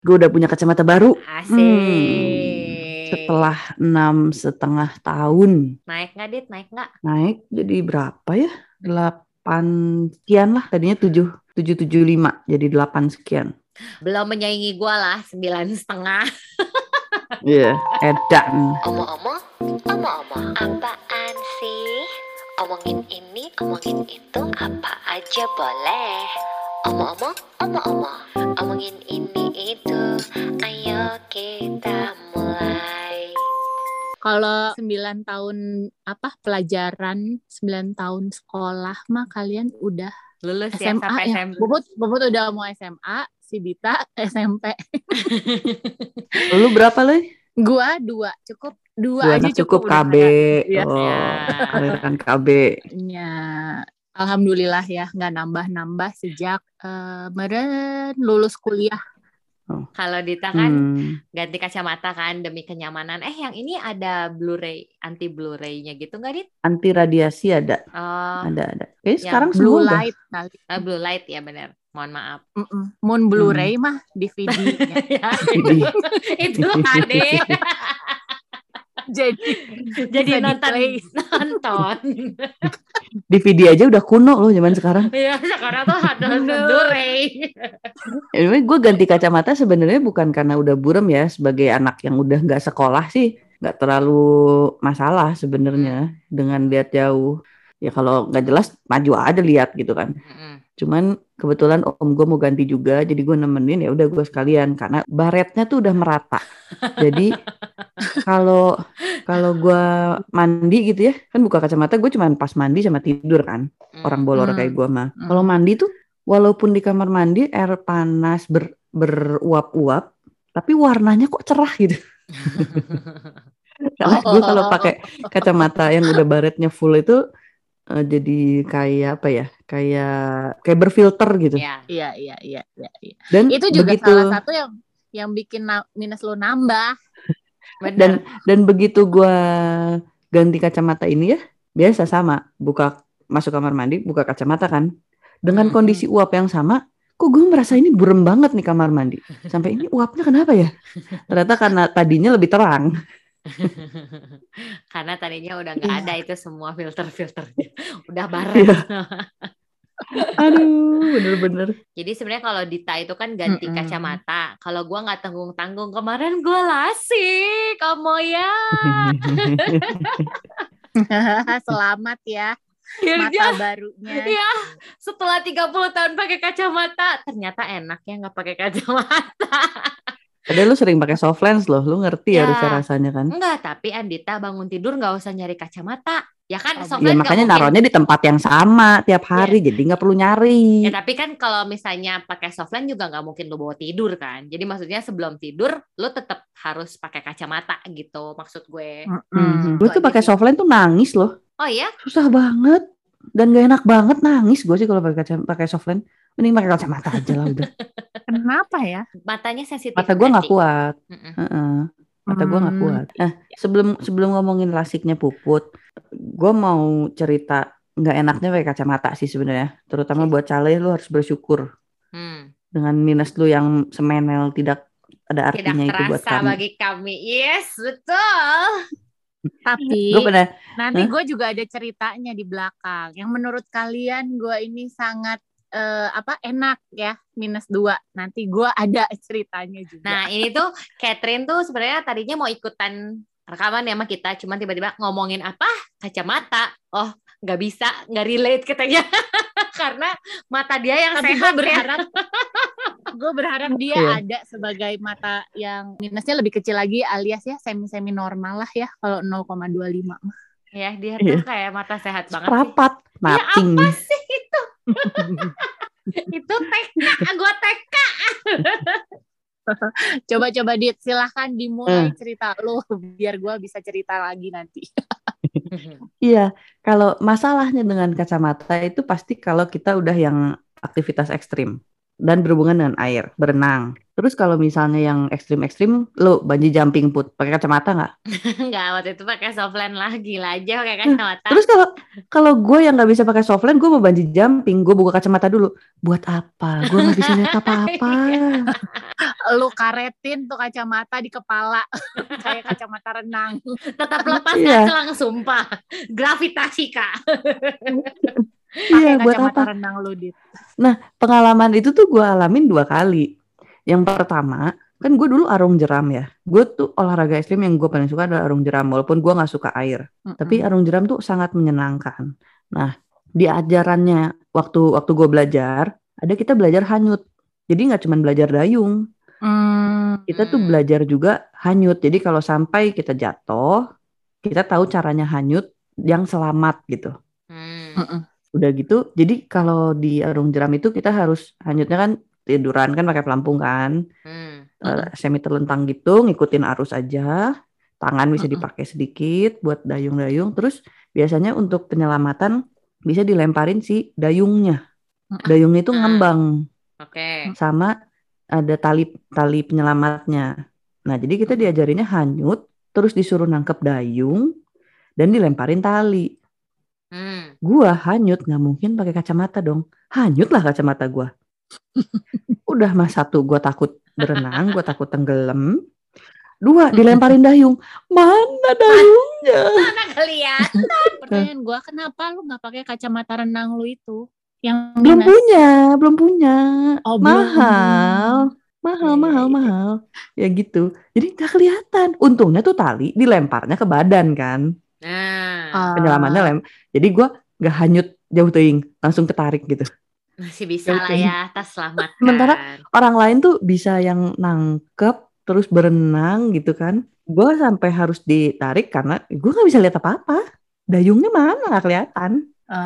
Gue udah punya kacamata baru. Asik. Setelah 6,5 tahun. Naik nggak, Dit? Naik nggak? Naik jadi berapa ya? 8 sekian lah. Tadinya 7,775 jadi 8 sekian. Belum menyaingi gue lah, 9,5. Iya, edan. Omong-omong, omong-omong, apaan sih? Omongin ini, omongin itu, apa aja boleh. Omong-omong, omong-omong, omongin ini itu, ayo kita mulai. Kalau 9 tahun pelajaran, 9 tahun sekolah mah kalian udah lulus ya SMA sampai ya. SMP. Bobot udah mau SMA, si Dita SMP. Lu berapa lu? Gua 2, cukup 2 Dua aja anak cukup udah KB. Iya. Aliran KB. Ya, alhamdulillah ya nggak nambah-nambah sejak meren lulus kuliah. Kalau Dita kan ganti kacamata kan demi kenyamanan. Yang ini ada Blu-ray, anti Blu-ray-nya gitu nggak, Dit? Anti radiasi ada. Oh, Ada. Kayaknya yang sekarang Blue semua light kali. Blue light ya benar. Mohon maaf. Mun Blu-ray mah DVD-nya. Ya, itu HD. Jadi nonton. DVD aja udah kuno loh zaman sekarang. Iya, sekarang tuh ada Blu-ray. Anyway, gue ganti kacamata sebenarnya bukan karena udah burem ya. Sebagai anak yang udah nggak sekolah sih, nggak terlalu masalah sebenarnya dengan lihat jauh. Ya kalau nggak jelas maju aja lihat gitu kan. Cuman kebetulan om gue mau ganti juga, jadi gue nemenin, ya udah gue sekalian karena baretnya tuh udah merata. Jadi kalau gue mandi gitu ya, kan buka kacamata gue cuma pas mandi sama tidur kan, orang bolor kayak gue mah. Kalau mandi tuh walaupun di kamar mandi air panas beruap-uap, tapi warnanya kok cerah gitu. Gue kalau pakai kacamata yang udah baretnya full itu jadi kayak apa ya? Kayak berfilter gitu. Iya. Dan itu juga begitu, salah satu yang bikin minus lo nambah. dan begitu gue ganti kacamata ini ya, biasa sama, masuk kamar mandi, buka kacamata kan. Dengan kondisi uap yang sama, kok gue merasa ini burem banget nih kamar mandi. Sampai ini uapnya kenapa ya? Ternyata karena tadinya lebih terang. Karena tadinya udah nggak ada itu semua filter-filternya, udah baret. Aduh, bener-bener. Jadi sebenarnya kalau Dita itu kan ganti kacamata. Kalau gue nggak tanggung-tanggung, kemarin gue lasik, kamu ya. Selamat ya. Mata barunya. Ya, setelah 30 tahun pakai kacamata, ternyata enak ya nggak pakai kacamata. Padahal lu sering pakai soft lens loh, lu ngerti ya harusnya rasanya kan? Enggak, tapi Andita bangun tidur nggak usah nyari kacamata. Ya kan, soft ya lens makanya naruhnya di tempat yang sama tiap hari, jadi nggak perlu nyari. Ya tapi kan kalau misalnya pakai soft lens juga nggak mungkin lu bawa tidur kan. Jadi maksudnya sebelum tidur, lu tetap harus pakai kacamata gitu, maksud gue. Gue tuh pakai soft lens tuh nangis loh. Oh iya? Susah banget dan gak enak banget, nangis gue sih kalau pakai soft lens. Mending pakai kacamata aja lah udah. Kenapa ya? Matanya sensitif. Mata gue nggak kuat. Mata gue nggak kuat. Nah, sebelum ngomongin lasiknya Puput, gue mau cerita nggak enaknya pakai kacamata sih sebenarnya. Terutama buat Caleh, lu harus bersyukur dengan minus lu yang semenel tidak ada artinya itu buat kami. Tidak terasa bagi kami. Yes, betul. Tapi nanti gue juga ada ceritanya di belakang. Yang menurut kalian gue ini sangat enak ya, -2. Nanti gue ada ceritanya juga. Nah ini tuh Catherine tuh sebenarnya tadinya mau ikutan rekaman ya sama kita, cuman tiba-tiba ngomongin apa? Kacamata. Oh nggak bisa, nggak relate katanya. Karena mata dia yang tapi sehat. Gue berharap dia ada sebagai mata yang minusnya lebih kecil lagi, alias ya semi normal lah ya kalau 0,25 mah. Ya dia tuh kayak mata sehat banget. Rapat, ya apa sih itu? Itu TK, gue TK. Coba Dit, silahkan dimulai cerita lu biar gue bisa cerita lagi nanti. Iya, kalau masalahnya dengan kacamata itu pasti kalau kita udah yang aktivitas ekstrim. dan berhubungan dengan air, berenang. Terus kalau misalnya yang ekstrim-ekstrim, lo bungee jumping Put, pakai kacamata nggak? Nggak, waktu itu pakai softline lah, gila aja pakai kacamata. Terus kalau gue yang nggak bisa pakai softline, gue mau bungee jumping, gue buka kacamata dulu. Buat apa? Gue nggak bisa lihat apa-apa. Lu karetin tuh kacamata di kepala kayak kacamata renang. Tetap lepas kan selang, sumpah. Gravitasi, Kak. Pakai kacamata renang lu, Dit. Nah, pengalaman itu tuh gue alamin 2 kali. Yang pertama, kan gue dulu arung jeram ya. Gue tuh olahraga ekstrim yang gue paling suka adalah arung jeram, walaupun gue nggak suka air. Tapi arung jeram tuh sangat menyenangkan. Nah, di ajarannya waktu gue belajar, kita belajar hanyut. Jadi nggak cuma belajar dayung. Kita tuh belajar juga hanyut. Jadi kalau sampai kita jatuh, kita tahu caranya hanyut yang selamat gitu. Udah gitu, jadi kalau di arung jeram itu kita harus hanyutnya kan tiduran kan pakai pelampung kan, semi terlentang gitu, ngikutin arus aja, tangan bisa dipakai sedikit buat dayung-dayung, terus biasanya untuk penyelamatan bisa dilemparin si dayungnya itu ngembang, sama ada tali penyelamatnya. Nah jadi kita diajarinnya hanyut, terus disuruh nangkep dayung dan dilemparin tali. Gua hanyut nggak mungkin pakai kacamata dong. Hanyut lah kacamata gua. Udah mas, 1 gua takut berenang, gua takut tenggelam. 2 dilemparin dayung. Mana dayungnya? Mana kelihatan? Pertanyaan gua, kenapa lu nggak pakai kacamata renang lu itu? Yang belum punya. Oh, mahal. Ya gitu. Jadi nggak kelihatan. Untungnya tuh tali dilemparnya ke badan kan. Penyelamannya jadi gue gak hanyut jauh teuing, langsung ketarik gitu. Masih bisa lah ya, tas selamatkan. Sementara orang lain tuh bisa yang nangkep terus berenang gitu kan. Gue sampai harus ditarik karena gue gak bisa lihat apa-apa. Dayungnya mana gak kelihatan.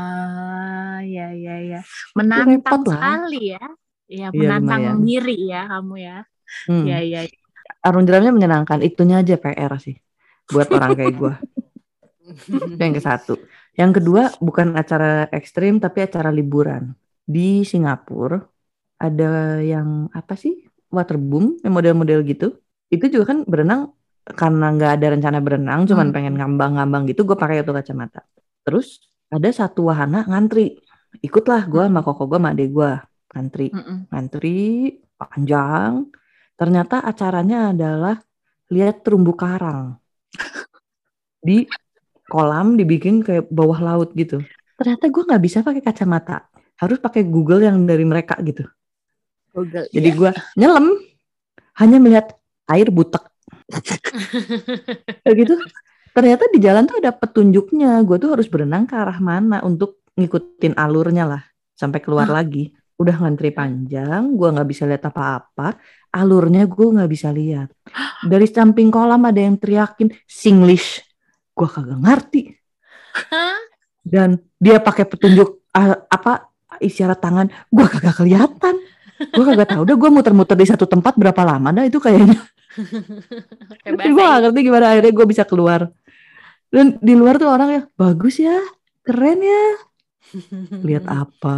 Ya. Menantang sekali ya. Ya, menantang diri ya kamu ya. Ya. Arung jeramnya menyenangkan, itunya aja PR sih buat orang kayak gue. Yang ke-1. Yang kedua, bukan acara ekstrim tapi acara liburan. Di Singapura ada yang apa sih? Waterboom, yang model-model gitu. Itu juga kan berenang karena nggak ada rencana berenang, cuman pengen ngambang-ngambang gitu, gue pakai itu kacamata. Terus ada satu wahana ngantri. Ikutlah gue sama koko gue sama adek gue. Ngantri panjang. Ternyata acaranya adalah lihat terumbu karang. Di kolam dibikin kayak bawah laut gitu. Ternyata gue nggak bisa pakai kacamata, harus pakai Google yang dari mereka gitu. Google. Jadi gue nyelam, hanya melihat air butek. Kayak gitu. Ternyata di jalan tuh ada petunjuknya. Gue tuh harus berenang ke arah mana untuk ngikutin alurnya lah sampai keluar lagi. Udah ngantri panjang, gue nggak bisa lihat apa-apa. Alurnya gue nggak bisa lihat. Dari samping kolam ada yang teriakin Singlish. Gue kagak ngerti. Dan dia pakai petunjuk isyarat tangan, gue kagak kelihatan. Gue kagak tahu. Udah gue muter-muter di satu tempat berapa lama dah itu kayaknya. Tapi gue gak ngerti gimana akhirnya gue bisa keluar. Dan di luar tuh orang ya, bagus ya, keren ya. Lihat apa?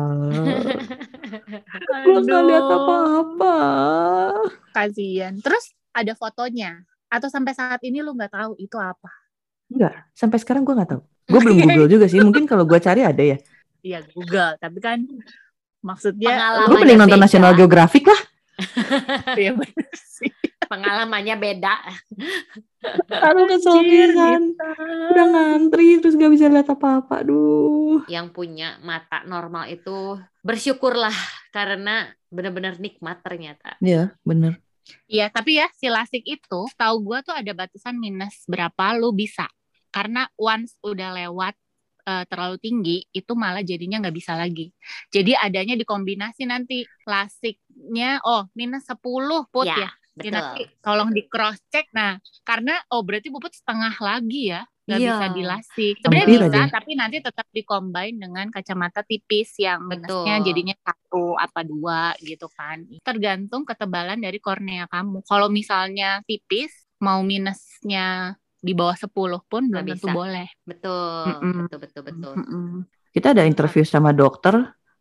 Gue gak lihat apa-apa. Kasian. Terus ada fotonya? Atau sampai saat ini lu gak tahu itu apa? Enggak, sampai sekarang gue gak tahu. Gue belum Google juga sih. Mungkin kalau gue cari ada ya. Iya Google, tapi kan maksudnya gue mending nonton National Geographic lah. Iya benar sih. Pengalamannya beda. Aduh kesogiran. Udah ngantri terus gak bisa lihat apa-apa. Aduh. Yang punya mata normal itu bersyukurlah karena benar-benar nikmat ternyata. Iya benar. Iya, tapi ya si lasik itu tahu gue tuh ada batasan minus berapa lu bisa. Karena once udah lewat terlalu tinggi, itu malah jadinya nggak bisa lagi. Jadi adanya dikombinasi nanti lasiknya, minus 10 Put ya. Betul. Nanti tolong di cross check. Nah, karena berarti Puput setengah lagi ya. Nggak bisa dilasik. Sebenarnya bisa, tapi nanti tetap dikombin dengan kacamata tipis yang minusnya jadinya 1 apa 2 gitu kan. Tergantung ketebalan dari kornea kamu. Kalau misalnya tipis, mau minusnya di bawah 10 pun belum tentu boleh. Betul. Kita ada interview sama dokter,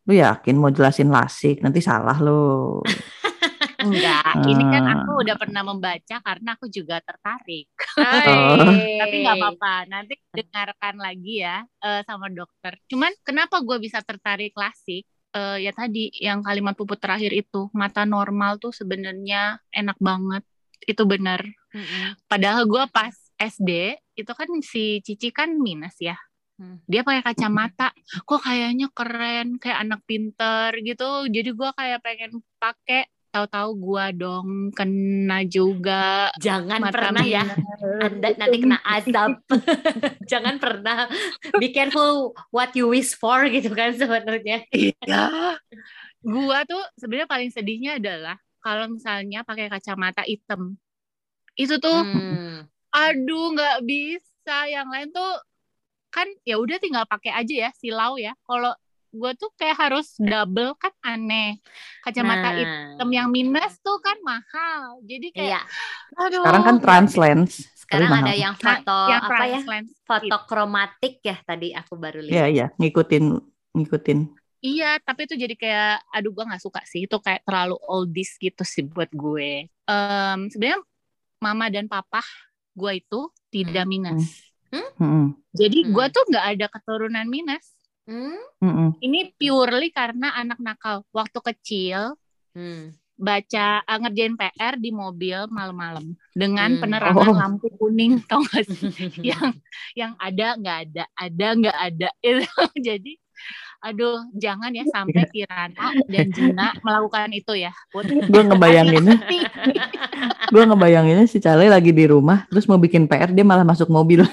Lu yakin mau jelasin lasik? Nanti salah lo. Enggak, ini kan aku udah pernah membaca karena aku juga tertarik. Tapi nggak apa-apa, nanti dengarkan lagi ya sama dokter. Cuman kenapa gue bisa tertarik lasik? Ya tadi yang kalimat Puput terakhir itu, mata normal tuh sebenarnya enak banget. Itu benar. Padahal gue pas SD, itu kan si Cici kan minus ya. Dia pakai kacamata, kok kayaknya keren, kayak anak pinter gitu. Jadi gue kayak pengen pakai. Tahu-tahu gua dong kena juga. Jangan pernah ya, Anda nanti kena azab. Jangan pernah. Be careful what you wish for gitu kan sebenarnya. Iya. Gua tuh sebenarnya paling sedihnya adalah kalau misalnya pakai kacamata hitam. Itu tuh, aduh nggak bisa. Yang lain tuh kan ya udah tinggal pakai aja ya silau ya. Kalau gue tuh kayak harus double kan aneh. Kacamata hitam yang minus tuh kan mahal. Jadi kayak aduh. Sekarang kan translens. Sekarang ada yang foto yang apa ya? Foto kromatik ya tadi aku baru lihat. Iya, ngikutin. Iya, tapi itu jadi kayak aduh gue nggak suka sih. Itu kayak terlalu oldies gitu sih buat gue. Sebenarnya mama dan papa gue itu tidak minus. Jadi gue tuh nggak ada keturunan minus. Ini purely karena anak nakal. Waktu kecil ngerjain PR di mobil malam-malam dengan penerangan lampu kuning, tau gak sih? yang ada nggak ada. Jadi aduh jangan ya sampai Kirana dan Gina melakukan itu ya. Gue ngebayanginnya si Cale lagi di rumah terus mau bikin PR dia malah masuk mobil.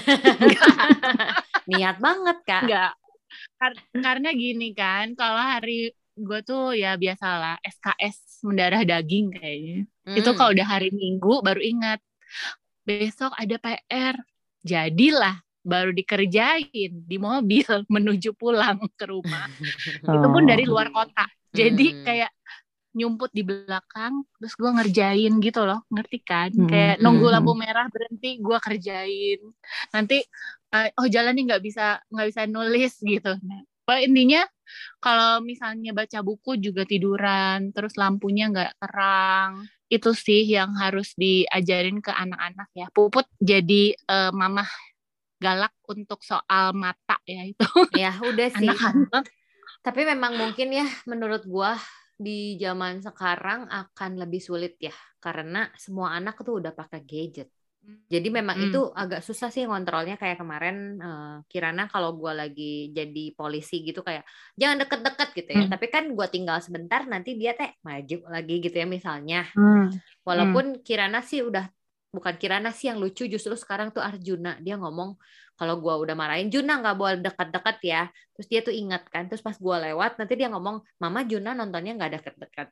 Niat banget Kak. Enggak. Karena gini kan, kalau hari gue tuh ya biasalah SKS mendarah daging kayaknya. Itu kalau udah hari Minggu baru ingat besok ada PR. Jadilah baru dikerjain di mobil menuju pulang ke rumah. Itu pun dari luar kota. Jadi kayak nyumput di belakang terus gue ngerjain gitu loh, ngerti kan? Kayak nunggu lampu merah berhenti gue kerjain. Nanti jalan nih nggak bisa nulis gitu. Nah, intinya kalau misalnya baca buku juga tiduran, terus lampunya nggak terang. Itu sih yang harus diajarin ke anak-anak ya. Puput jadi mamah galak untuk soal mata ya itu. Ya udah sih. Anak-anak. Tapi memang mungkin ya menurut gua di zaman sekarang akan lebih sulit ya karena semua anak tuh udah pakai gadget. Jadi memang itu agak susah sih ngontrolnya. Kayak kemarin Kirana kalau gue lagi jadi polisi gitu kayak jangan deket-deket gitu ya. Tapi kan gue tinggal sebentar nanti dia maju lagi gitu ya misalnya. Walaupun Kirana sih udah, bukan Kirana sih yang lucu, justru sekarang tuh Arjuna. Dia ngomong kalau gue udah marahin Juna nggak boleh dekat-dekat ya. Terus dia tuh ingat kan. Terus pas gue lewat nanti dia ngomong Mama Juna nontonnya nggak dekat-dekat.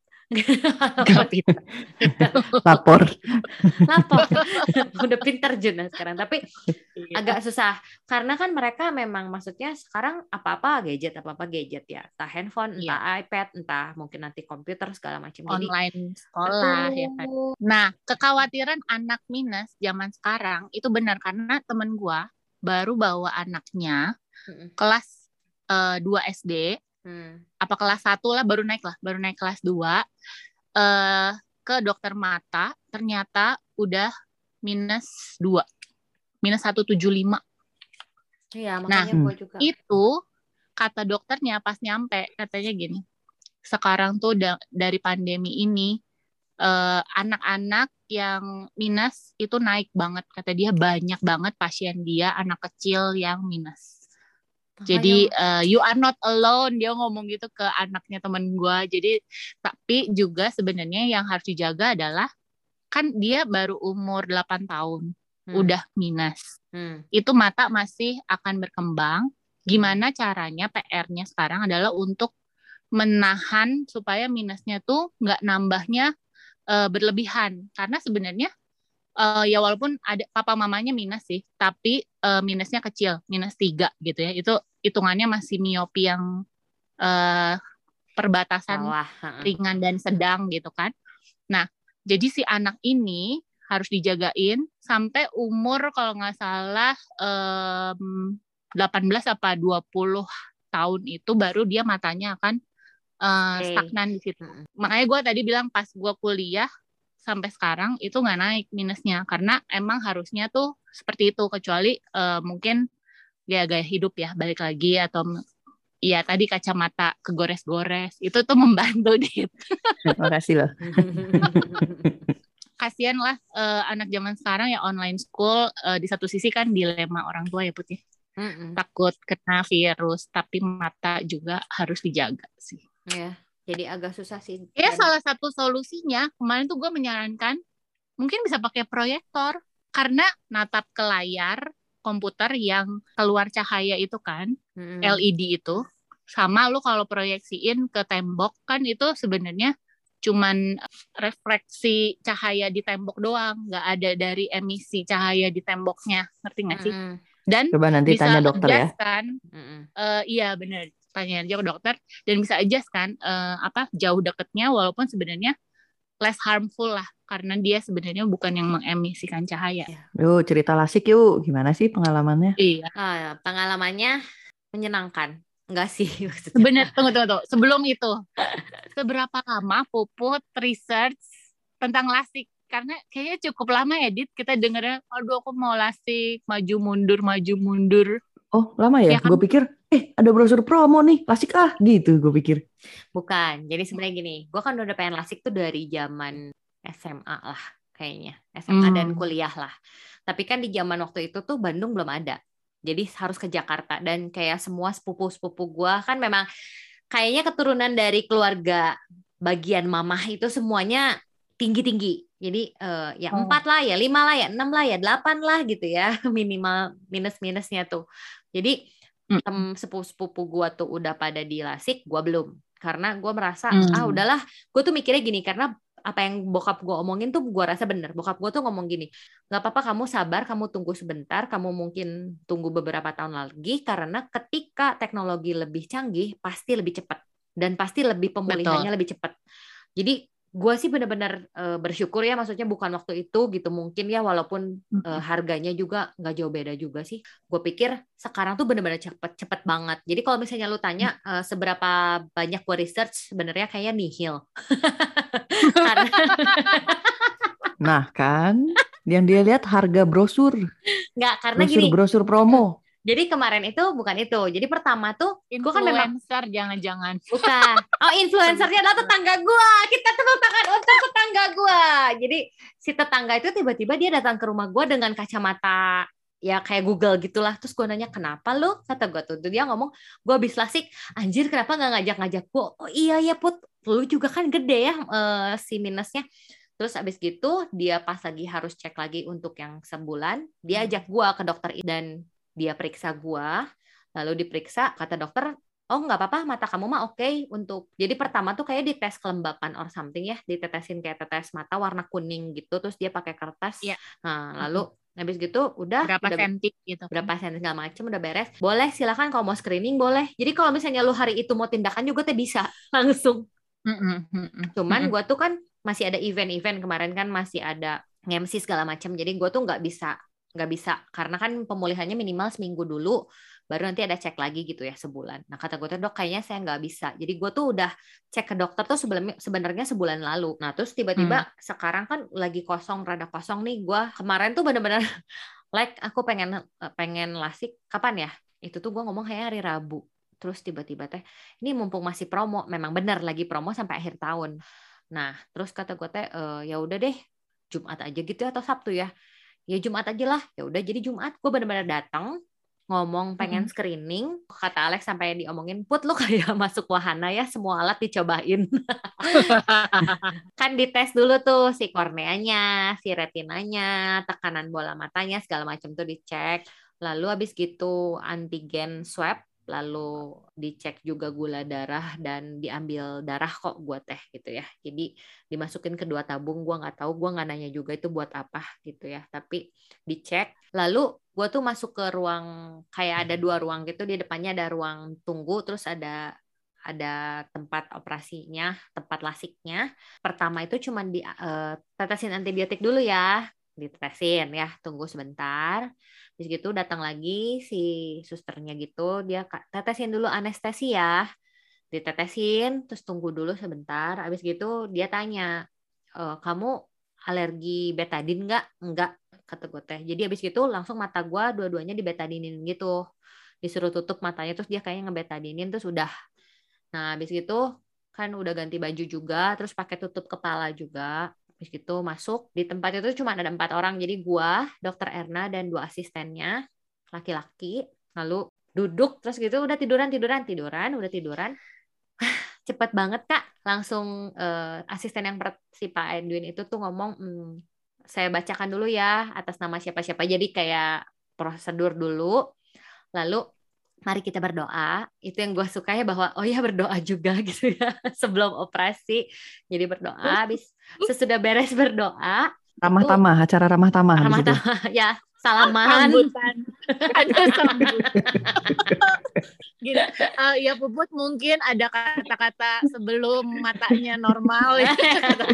Lapor. Udah pintar Juna sekarang. Tapi agak susah karena kan mereka memang maksudnya sekarang apa-apa gadget ya. Entah handphone, entah iPad, entah mungkin nanti komputer segala macam. Online sekolah ya kan. Nah, kekhawatiran anak minus zaman sekarang itu benar karena temen gue baru bawa anaknya kelas 2 SD, apa kelas 1 lah, baru naik kelas 2 ke dokter mata, ternyata udah minus 2, minus 175. Iya, makanya gue juga. Itu kata dokternya pas nyampe, katanya gini, sekarang tuh dari pandemi ini anak-anak yang minus itu naik banget, kata dia banyak banget pasien dia anak kecil yang minus. Jadi you are not alone, dia ngomong gitu ke anaknya temen gue. Jadi tapi juga sebenarnya yang harus dijaga adalah kan dia baru umur 8 tahun udah minus. Itu mata masih akan berkembang. Gimana caranya, PR-nya sekarang adalah untuk menahan supaya minusnya tuh nggak nambahnya berlebihan. Karena sebenarnya ya walaupun ada papa mamanya minus sih, tapi minusnya kecil, minus 3 gitu ya. Itu hitungannya masih miopi yang perbatasan ringan dan sedang gitu kan. Nah, jadi si anak ini harus dijagain sampai umur kalau nggak salah 18 apa 21 tahun itu baru dia matanya akan stagnan di situ. Makanya gue tadi bilang pas gue kuliah sampai sekarang itu nggak naik minusnya, karena emang harusnya tuh seperti itu, kecuali mungkin dia gaya hidup ya balik lagi, atau ya tadi kacamata kegores-gores itu tuh membantu gitu. Makasih loh. Kasian lah anak zaman sekarang ya, online school, di satu sisi kan dilema orang tua ya Putih. Takut kena virus, tapi mata juga harus dijaga sih. Ya, jadi agak susah sih. Ya salah satu solusinya kemarin tuh gue menyarankan mungkin bisa pakai proyektor, karena natap ke layar komputer yang keluar cahaya itu kan, LED itu, sama lu kalau proyeksiin ke tembok kan itu sebenarnya cuman refleksi cahaya di tembok doang, nggak ada dari emisi cahaya di temboknya, ngerti nggak sih? Dan coba nanti bisa tanya dokter ya. Kan, iya benar, tanya aja ke dokter, dan bisa adjust kan jauh deketnya, walaupun sebenarnya less harmful lah, karena dia sebenarnya bukan yang mengemisikan cahaya. Yuk cerita lasik yuk, gimana sih pengalamannya? Iya. Pengalamannya menyenangkan. Enggak sih. Bener, tunggu. Sebelum itu, seberapa lama Puput research tentang lasik? Karena kayaknya cukup lama ya, Dit, kita dengernya, aduh aku mau lasik, maju mundur. Oh, lama ya? Kan? Gue pikir, ada brosur promo nih, lasik gitu gue pikir. Bukan, jadi sebenarnya gini, gue kan udah pengen lasik tuh dari zaman SMA lah kayaknya. SMA dan kuliah lah. Tapi kan di zaman waktu itu tuh Bandung belum ada. Jadi harus ke Jakarta, dan kayak semua sepupu-sepupu gue kan memang kayaknya keturunan dari keluarga bagian mamah itu semuanya tinggi-tinggi. Jadi ya 4 lah ya, 5 lah ya, 6 lah ya, 8 lah gitu ya, minimal minus-minusnya tuh. Jadi sepupu-sepupu gue tuh udah pada di lasik, gue belum. Karena gue merasa, udahlah, gue tuh mikirnya gini, karena apa yang bokap gue omongin tuh gue rasa bener. Bokap gue tuh ngomong gini, gak apa-apa kamu sabar, kamu tunggu sebentar, kamu mungkin tunggu beberapa tahun lagi, karena ketika teknologi lebih canggih, pasti lebih cepat. Dan pasti lebih pemulihannya lebih cepat. Jadi gue sih benar-benar bersyukur ya, maksudnya bukan waktu itu gitu mungkin ya, walaupun harganya juga nggak jauh beda juga sih. Gue pikir sekarang tuh benar-benar cepet banget. Jadi kalau misalnya lu tanya seberapa banyak gue research, sebenarnya kayaknya nihil. Nah kan, yang dia lihat harga brosur. Nggak, karena gini. Brosur promo. Jadi kemarin itu bukan itu. Jadi pertama tuh gue kan memang influencer, jangan-jangan. Bukan. Oh, influencernya adalah tetangga gue. Kita tepuk tangan untuk tetangga gue. Jadi si tetangga itu tiba-tiba dia datang ke rumah gue dengan kacamata ya kayak Google gitulah. Terus gue nanya, kenapa lu? Kata gue tuh. Dia ngomong, gue habis lasik. Anjir, kenapa nggak ngajak-ngajak gue? Oh iya ya Put, lu juga kan gede ya si minusnya. Terus abis gitu dia pas lagi harus cek lagi untuk yang sebulan, dia ajak gue ke dokter dan dia periksa gua, lalu diperiksa, kata dokter, oh nggak apa-apa, mata kamu mah oke untuk. Jadi pertama tuh kayak dites kelembapan or something ya, ditetesin kayak tetes mata warna kuning gitu, terus dia pakai kertas. Yeah. Nah lalu habis gitu udah berapa senti gitu, berapa senti segala macam udah beres. Boleh silakan kalau mau screening boleh. Jadi kalau misalnya lu hari itu mau tindakan juga tuh bisa langsung. Cuman gua tuh kan masih ada event-event kemarin kan, masih ada MC segala macam, jadi gua tuh nggak bisa karena kan pemulihannya minimal seminggu dulu, baru nanti ada cek lagi gitu ya sebulan. Nah kata gue tuh, dok kayaknya saya nggak bisa. Jadi gue tuh udah cek ke dokter tuh sebenarnya sebulan lalu. Nah terus tiba-tiba sekarang kan lagi rada kosong nih. Gue kemarin tuh bener-bener aku pengen lasik kapan ya? Itu tuh gue ngomong kayak hari Rabu. Terus tiba-tiba ini mumpung masih promo, memang bener lagi promo sampai akhir tahun. Nah terus kata gue ya udah deh Jumat aja gitu atau Sabtu ya. Ya Jumat aja lah. Ya udah jadi Jumat gue benar-benar datang ngomong pengen screening. Kata Alex sampai diomongin, Put lu kayak masuk wahana ya, semua alat dicobain. Kan dites dulu tuh si korneanya, si retinanya, tekanan bola matanya, segala macam tuh dicek. Lalu habis gitu antigen swab, lalu dicek juga gula darah dan diambil darah kok gue gitu ya. Jadi dimasukin ke 2 tabung, gue nggak tahu, gue nggak nanya juga itu buat apa gitu ya. Tapi dicek, lalu gue tuh masuk ke ruang, kayak ada 2 ruang gitu, di depannya ada ruang tunggu, terus ada tempat operasinya, tempat lasiknya. Pertama itu cuma tetesin antibiotik dulu ya. ditetesin ya, tunggu sebentar. Terus gitu datang lagi si susternya gitu, dia tetesin dulu anestesi ya. Ditetesin, terus tunggu dulu sebentar. Habis gitu dia tanya, kamu alergi betadin nggak? Enggak, kata gue teh. Jadi habis gitu langsung mata gue dua-duanya dibetadinin gitu. Disuruh tutup matanya, terus dia kayaknya ngebetadinin, terus udah. Nah habis gitu kan udah ganti baju juga, terus pakai tutup kepala juga. Habis gitu masuk, di tempat itu cuma ada 4 orang. Jadi gue, dokter Erna, dan 2 asistennya, laki-laki. Lalu duduk, terus gitu udah tiduran, udah tiduran. Cepet banget Kak, langsung asisten yang si Pak Edwin itu tuh ngomong, saya bacakan dulu ya atas nama siapa-siapa, jadi kayak prosedur dulu, lalu mari kita berdoa. Itu yang gue suka ya, bahwa oh ya berdoa juga gitu ya sebelum operasi. Jadi berdoa, habis sesudah beres berdoa ramah itu tamah, acara ramah tamah habis itu. ya salaman. Sambutan. Ada sambutan. Gini, ya Puput mungkin ada kata-kata sebelum matanya normal ya.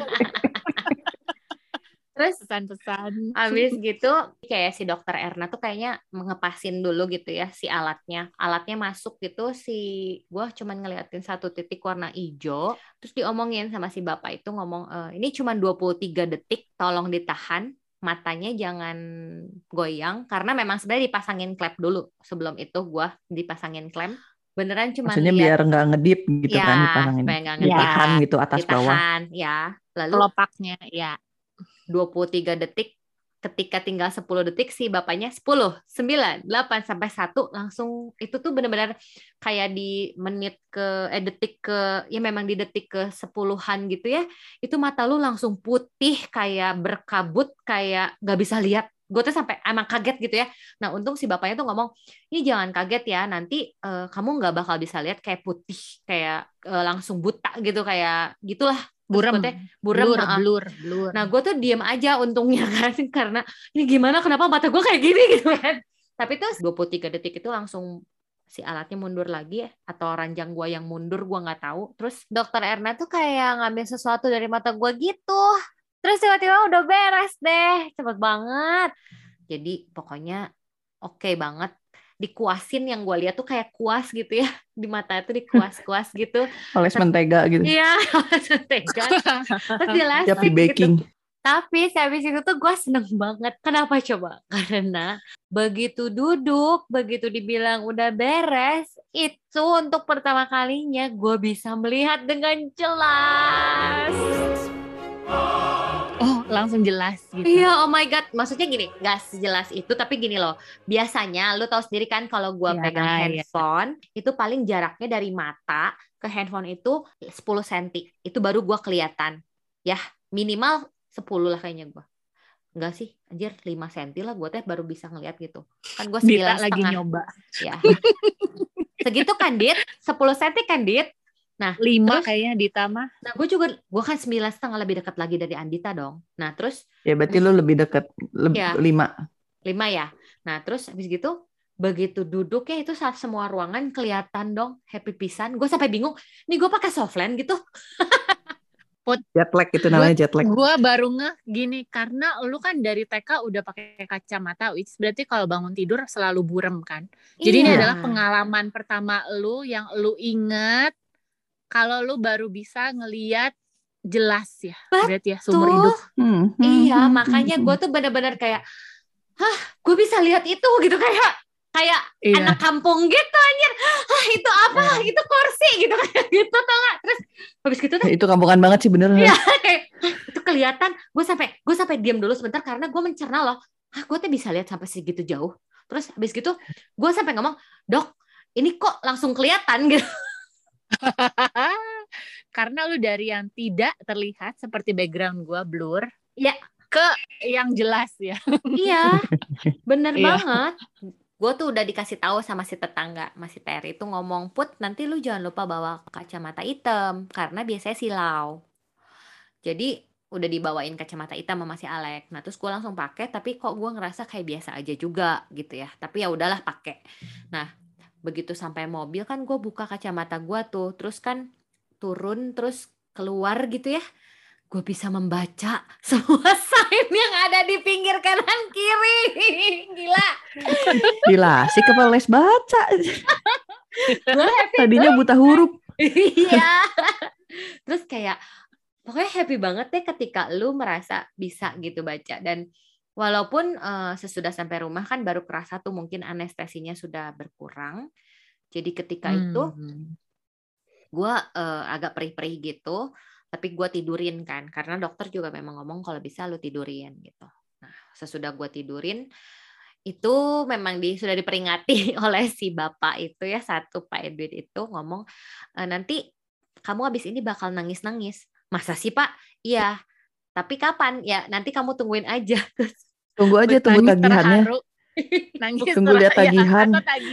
Terus pesan-pesan. Abis gitu kayak si dokter Erna tuh kayaknya mengepasin dulu gitu ya si alatnya. Alatnya masuk gitu, gue cuman ngeliatin satu titik warna hijau. Terus diomongin sama si bapak itu, ngomong, ini cuma 23 detik, tolong ditahan. Matanya jangan goyang, karena memang sebenarnya dipasangin klep dulu. Sebelum itu gue dipasangin klep. Beneran cuma maksudnya lihat, biar nggak ngedip gitu ya, kan, dipasangin. supaya nggak ngedip. Ditahan gitu atas bawah. Ditahan, ya. Lalu Kelopaknya, ya. 23 detik, ketika tinggal 10 detik si bapaknya 10, 9, 8 sampai 1 langsung. Itu tuh benar-benar kayak di menit ke detik ke, ya memang di detik ke 10-an gitu ya. Itu mata lu langsung putih kayak berkabut, kayak gak bisa lihat. Gue tuh sampai emang kaget gitu ya. Nah untung si bapaknya tuh ngomong, ini jangan kaget ya, nanti kamu nggak bakal bisa lihat, kayak putih, kayak langsung buta gitu, kayak gitulah. Buram. Blur. Nah gue tuh diem aja untungnya kan, karena ini gimana, kenapa mata gue kayak gini gitu kan. Tapi tuh 23 detik itu langsung si alatnya mundur lagi ya, atau ranjang gue yang mundur, gue nggak tahu. Terus dokter Erna tuh kayak ngambil sesuatu dari mata gue gitu. Terus tiba-tiba udah beres deh, cepet banget. Jadi pokoknya oke banget. Dikuasin, yang gue lihat tuh kayak kuas gitu ya, di mata itu dikuas-kuas gitu. Oles mentega gitu. Iya, oles mentega. Terus jelasin Siap di baking. gitu. Tapi habis itu tuh gue seneng banget. Kenapa coba? Karena begitu duduk, begitu dibilang udah beres, itu untuk pertama kalinya gue bisa melihat dengan jelas. Oh, langsung jelas gitu. Iya, oh my God. Maksudnya gini, gak sejelas itu, tapi gini loh. Biasanya, lu tahu sendiri kan kalau gue pegang handphone, itu paling jaraknya dari mata ke handphone itu 10 cm. Itu baru gue kelihatan. Ya, minimal 10 lah kayaknya gue. Enggak sih, anjir 5 cm lah gue baru bisa ngeliat gitu. Kan gue 9,5. lagi nyoba. Ya. Segitu kan, Dit? 10 cm kan, Dit? Nah, 5 terus, kayaknya Dita mah. Nah, gue kan 9,5 lebih dekat lagi dari Andita dong. Nah, terus ya berarti lu lebih dekat, ya, 5 ya. Nah, terus habis gitu begitu duduk ya, itu saat semua ruangan kelihatan dong, happy pisan. Gue sampai bingung, nih gue pakai softland gitu. Jet lag itu namanya, jet lag. Gue baru ngeh gini, karena lu kan dari TK udah pakai kacamata, which berarti kalau bangun tidur selalu burem kan. Jadi ini adalah pengalaman pertama lu yang lu inget kalau lu baru bisa ngeliat jelas ya. Berarti ya sumber hidup. Iya, makanya gue tuh benar-benar kayak, gue bisa lihat itu gitu, kayak anak kampung gitu anjir. Itu apa? Itu kursi gitu, kayak gitu tau gak? Terus habis gitu tuh, itu kampungan banget sih bener. Iya, kayak itu kelihatan. Gue sampai diam dulu sebentar karena gue mencerna loh. Gue tuh bisa lihat sampai segitu jauh. Terus habis gitu gue sampai ngomong, "Dok, ini kok langsung kelihatan gitu." Karena lu dari yang tidak terlihat seperti background gue blur, ya, ke yang jelas ya. Iya, bener banget. Gue tuh udah dikasih tahu sama si tetangga, masih Terry itu ngomong, "Put, nanti lu jangan lupa bawa kacamata hitam karena biasanya silau." Jadi udah dibawain kacamata hitam sama si Alek. Nah terus gue langsung pakai, tapi kok gue ngerasa kayak biasa aja juga gitu ya. Tapi ya udahlah pakai. Nah begitu sampai mobil kan gue buka kacamata gue tuh, terus kan turun terus keluar gitu ya, gue bisa membaca semua sign yang ada di pinggir kanan kiri. Gila, si kepala les baca. Tadinya buta huruf. Iya. Terus kayak pokoknya happy banget deh ketika lu merasa bisa gitu baca. Dan walaupun sesudah sampai rumah kan baru kerasa tuh mungkin anestesinya sudah berkurang. Jadi ketika itu gue agak perih-perih gitu. Tapi gue tidurin kan, karena dokter juga memang ngomong kalau bisa lu tidurin gitu. Nah, sesudah gue tidurin, itu memang sudah diperingati oleh si bapak itu ya, satu Pak Edwin itu ngomong, nanti kamu habis ini bakal nangis-nangis. Masa sih Pak? Iya. Tapi kapan? Ya nanti kamu tungguin aja. Tunggu aja, tunggu tagihannya. Nangis tunggu lihat tagihan.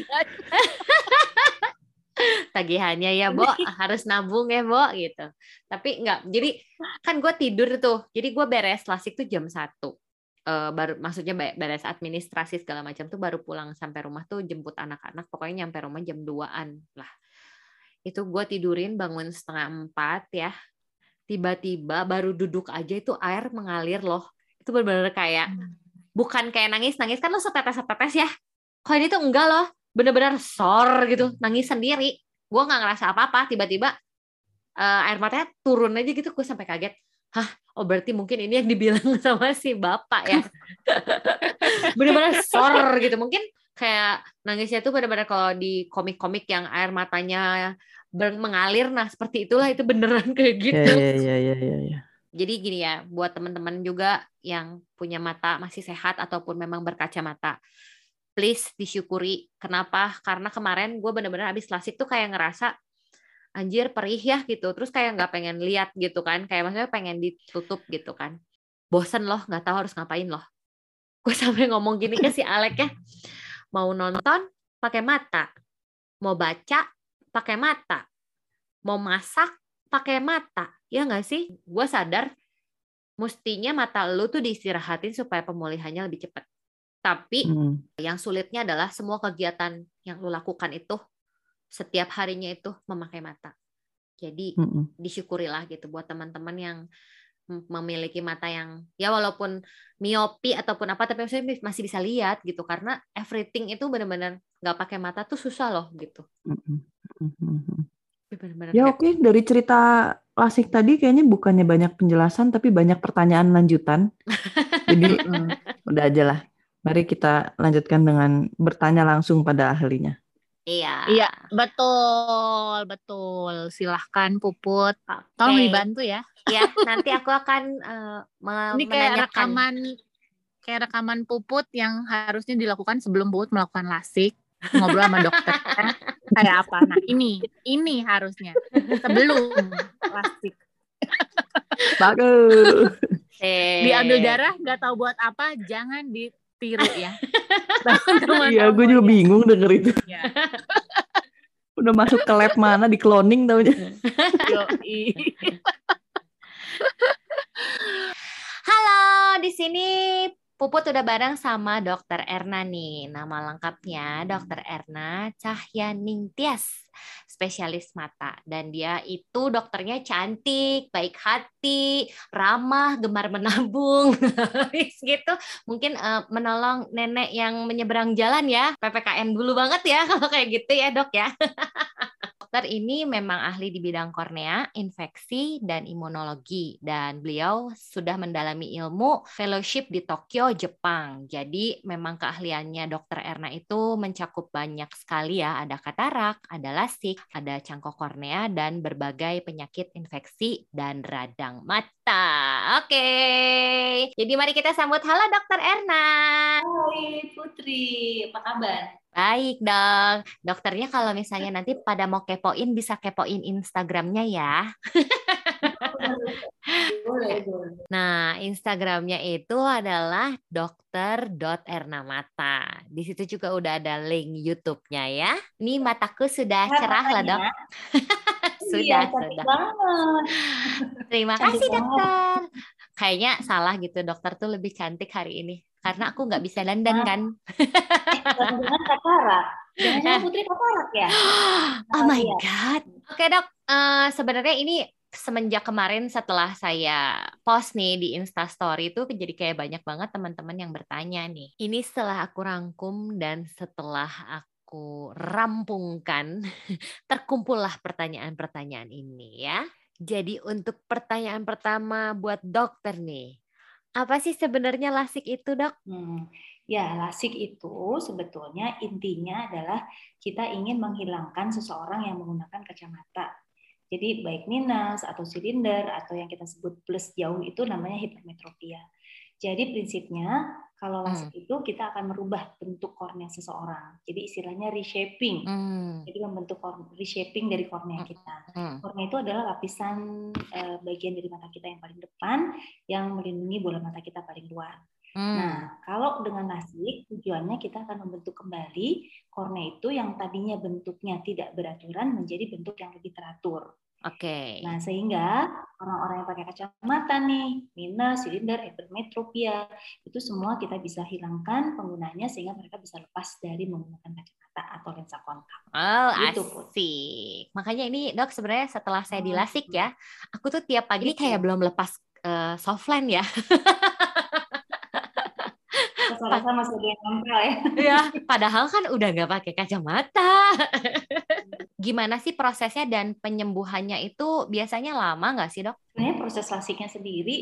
Tagihannya ya Bo, harus nabung ya Bo gitu. Tapi enggak, jadi kan gue tidur tuh, jadi gue beres lasik tuh jam 1. Baru maksudnya beres administrasi segala macam tuh baru pulang sampai rumah tuh jemput anak-anak, pokoknya nyampe rumah jam 2-an lah. Itu gue tidurin bangun 3:30 ya. Tiba-tiba baru duduk aja itu air mengalir loh. Itu benar-benar kayak bukan kayak nangis-nangis kan lo setetes-setetes ya. Kok ini tuh enggak loh. Bener-bener sor gitu, nangis sendiri. Gue nggak ngerasa apa-apa, tiba-tiba air matanya turun aja gitu. Gue sampai kaget. Hah, oh berarti mungkin ini yang dibilang sama si bapak ya. Bener-bener sor gitu. Mungkin kayak nangisnya tuh bener-bener kalau di komik-komik yang air matanya mengalir, nah seperti itulah, itu beneran kayak gitu. Iya. Jadi gini ya, buat teman-teman juga yang punya mata masih sehat ataupun memang berkacamata, please disyukuri. Kenapa? Karena kemarin gue bener-bener habis lasik tuh kayak ngerasa anjir perih ya gitu. Terus kayak nggak pengen lihat gitu kan. Kayak maksudnya pengen ditutup gitu kan. Bosen loh, nggak tahu harus ngapain loh. Gue sampai ngomong gini ke si Alek ya. Mau nonton pakai mata. Mau baca pakai mata. Mau masak pakai mata. Ya nggak sih? Gue sadar mestinya mata lu tuh diistirahatin supaya pemulihannya lebih cepat. Tapi yang sulitnya adalah semua kegiatan yang lu lakukan itu setiap harinya itu memakai mata. Jadi disyukurilah gitu buat teman-teman yang memiliki mata yang ya walaupun miopi ataupun apa, tapi maksudnya masih bisa lihat gitu, karena everything itu benar-benar nggak pakai mata tuh susah loh gitu. Bener-bener ya oke. Dari cerita lasik tadi kayaknya bukannya banyak penjelasan tapi banyak pertanyaan lanjutan. Jadi udah aja lah. Mari kita lanjutkan dengan bertanya langsung pada ahlinya. Iya, betul. Silahkan Puput. Tolong dibantu ya. Iya, nanti aku akan ini kayak rekaman Puput yang harusnya dilakukan sebelum Puput melakukan lasik, ngobrol sama dokter. Kayak apa? Nah, ini harusnya sebelum lasik. Bagus. Diambil darah nggak tahu buat apa, jangan ditiru ya. Iya, gue juga bingung denger itu. Ya. Udah masuk ke lab mana di cloning taunya. Halo, di sini Puput udah bareng sama Dokter Erna nih. Nama lengkapnya Dokter Erna Cahyaning Tias, spesialis mata. Dan dia itu dokternya cantik, baik hati, ramah, gemar menabung, gitu. Mungkin menolong nenek yang menyeberang jalan ya, PPKM dulu banget ya kalau kayak gitu ya dok ya. Dokter ini memang ahli di bidang kornea, infeksi, dan imunologi. Dan beliau sudah mendalami ilmu fellowship di Tokyo, Jepang. Jadi memang keahliannya Dokter Erna itu mencakup banyak sekali ya. Ada katarak, ada lasik, ada cangkok kornea, dan berbagai penyakit infeksi dan radang mata. Oke. Jadi mari kita sambut. Halo Dokter Erna. Hai Putri, apa kabar? Baik dong. Dokternya kalau misalnya nanti pada mau kepoin bisa kepoin Instagramnya ya. Boleh. Nah, Instagramnya itu adalah dokter.ernamata. Di situ juga udah ada link YouTube-nya ya. Ini mataku sudah cerah lah dok. Sudah. Banget. Terima kasih dokter. Kayaknya salah gitu, dokter tuh lebih cantik hari ini. Karena aku nggak bisa dandan kan. Jangan katarak. Jangan Putri katarak ya. Oh my God. Oke dok, sebenarnya ini semenjak kemarin setelah saya post nih di Instastory itu jadi kayak banyak banget teman-teman yang bertanya nih. Ini setelah aku rangkum dan setelah aku rampungkan, terkumpullah pertanyaan-pertanyaan ini ya. Jadi untuk pertanyaan pertama buat dokter nih, apa sih sebenarnya LASIK itu, Dok? Ya, LASIK itu sebetulnya intinya adalah kita ingin menghilangkan seseorang yang menggunakan kacamata. Jadi baik minus atau silinder atau yang kita sebut plus jauh itu namanya hipermetropia. Jadi prinsipnya kalau LASIK itu kita akan merubah bentuk kornea seseorang. Jadi istilahnya reshaping. Jadi membentuk reshaping dari kornea kita. Kornea itu adalah lapisan bagian dari mata kita yang paling depan yang melindungi bola mata kita paling luar. Nah, kalau dengan LASIK tujuannya kita akan membentuk kembali kornea itu yang tadinya bentuknya tidak beraturan menjadi bentuk yang lebih teratur. Oke. Nah, sehingga orang-orang yang pakai kacamata nih, minus, silinder, hipermetropia, itu semua kita bisa hilangkan penggunanya sehingga mereka bisa lepas dari menggunakan kacamata atau lensa kontak. Oh, gitu, asik. Makanya ini, Dok, sebenarnya setelah saya di LASIK ya, aku tuh tiap pagi kayak belum lepas softline ya. Rasa-rasa masih ada yang nempel ya. Ya, padahal kan udah nggak pakai kacamata. Gimana sih prosesnya dan penyembuhannya itu biasanya lama nggak sih, Dok? Sebenarnya proses LASIK-nya sendiri,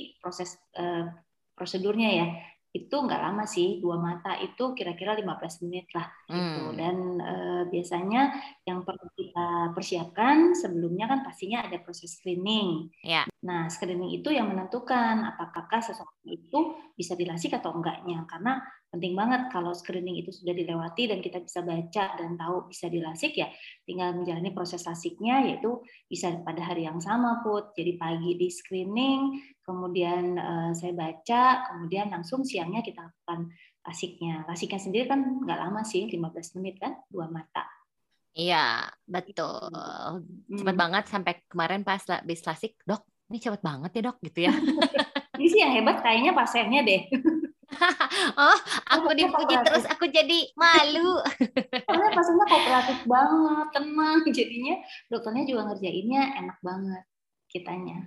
prosedurnya ya, itu nggak lama sih, 2 mata itu kira-kira 15 menit lah gitu. Dan biasanya yang perlu kita persiapkan sebelumnya kan pastinya ada proses screening. Ya. Nah, screening itu yang menentukan apakah seseorang itu bisa dilasik atau enggaknya. Karena penting banget kalau screening itu sudah dilewati dan kita bisa baca dan tahu bisa dilasik ya, tinggal menjalani proses lasiknya yaitu bisa pada hari yang sama, Put. Jadi pagi di screening, kemudian saya baca, kemudian langsung siangnya kita lakukan lasiknya. Lasiknya sendiri kan nggak lama sih, 15 menit kan, 2 mata. Iya, betul. Cepet banget sampai kemarin pas habis lasik, Dok, ini cepet banget ya, Dok, gitu ya. Ini sih yang hebat kayaknya pasiennya deh. Oh, aku dipuji terus, aku jadi malu. Soalnya pasiennya kooperatif banget, tenang. Jadinya dokternya juga ngerjainnya enak banget kitanya.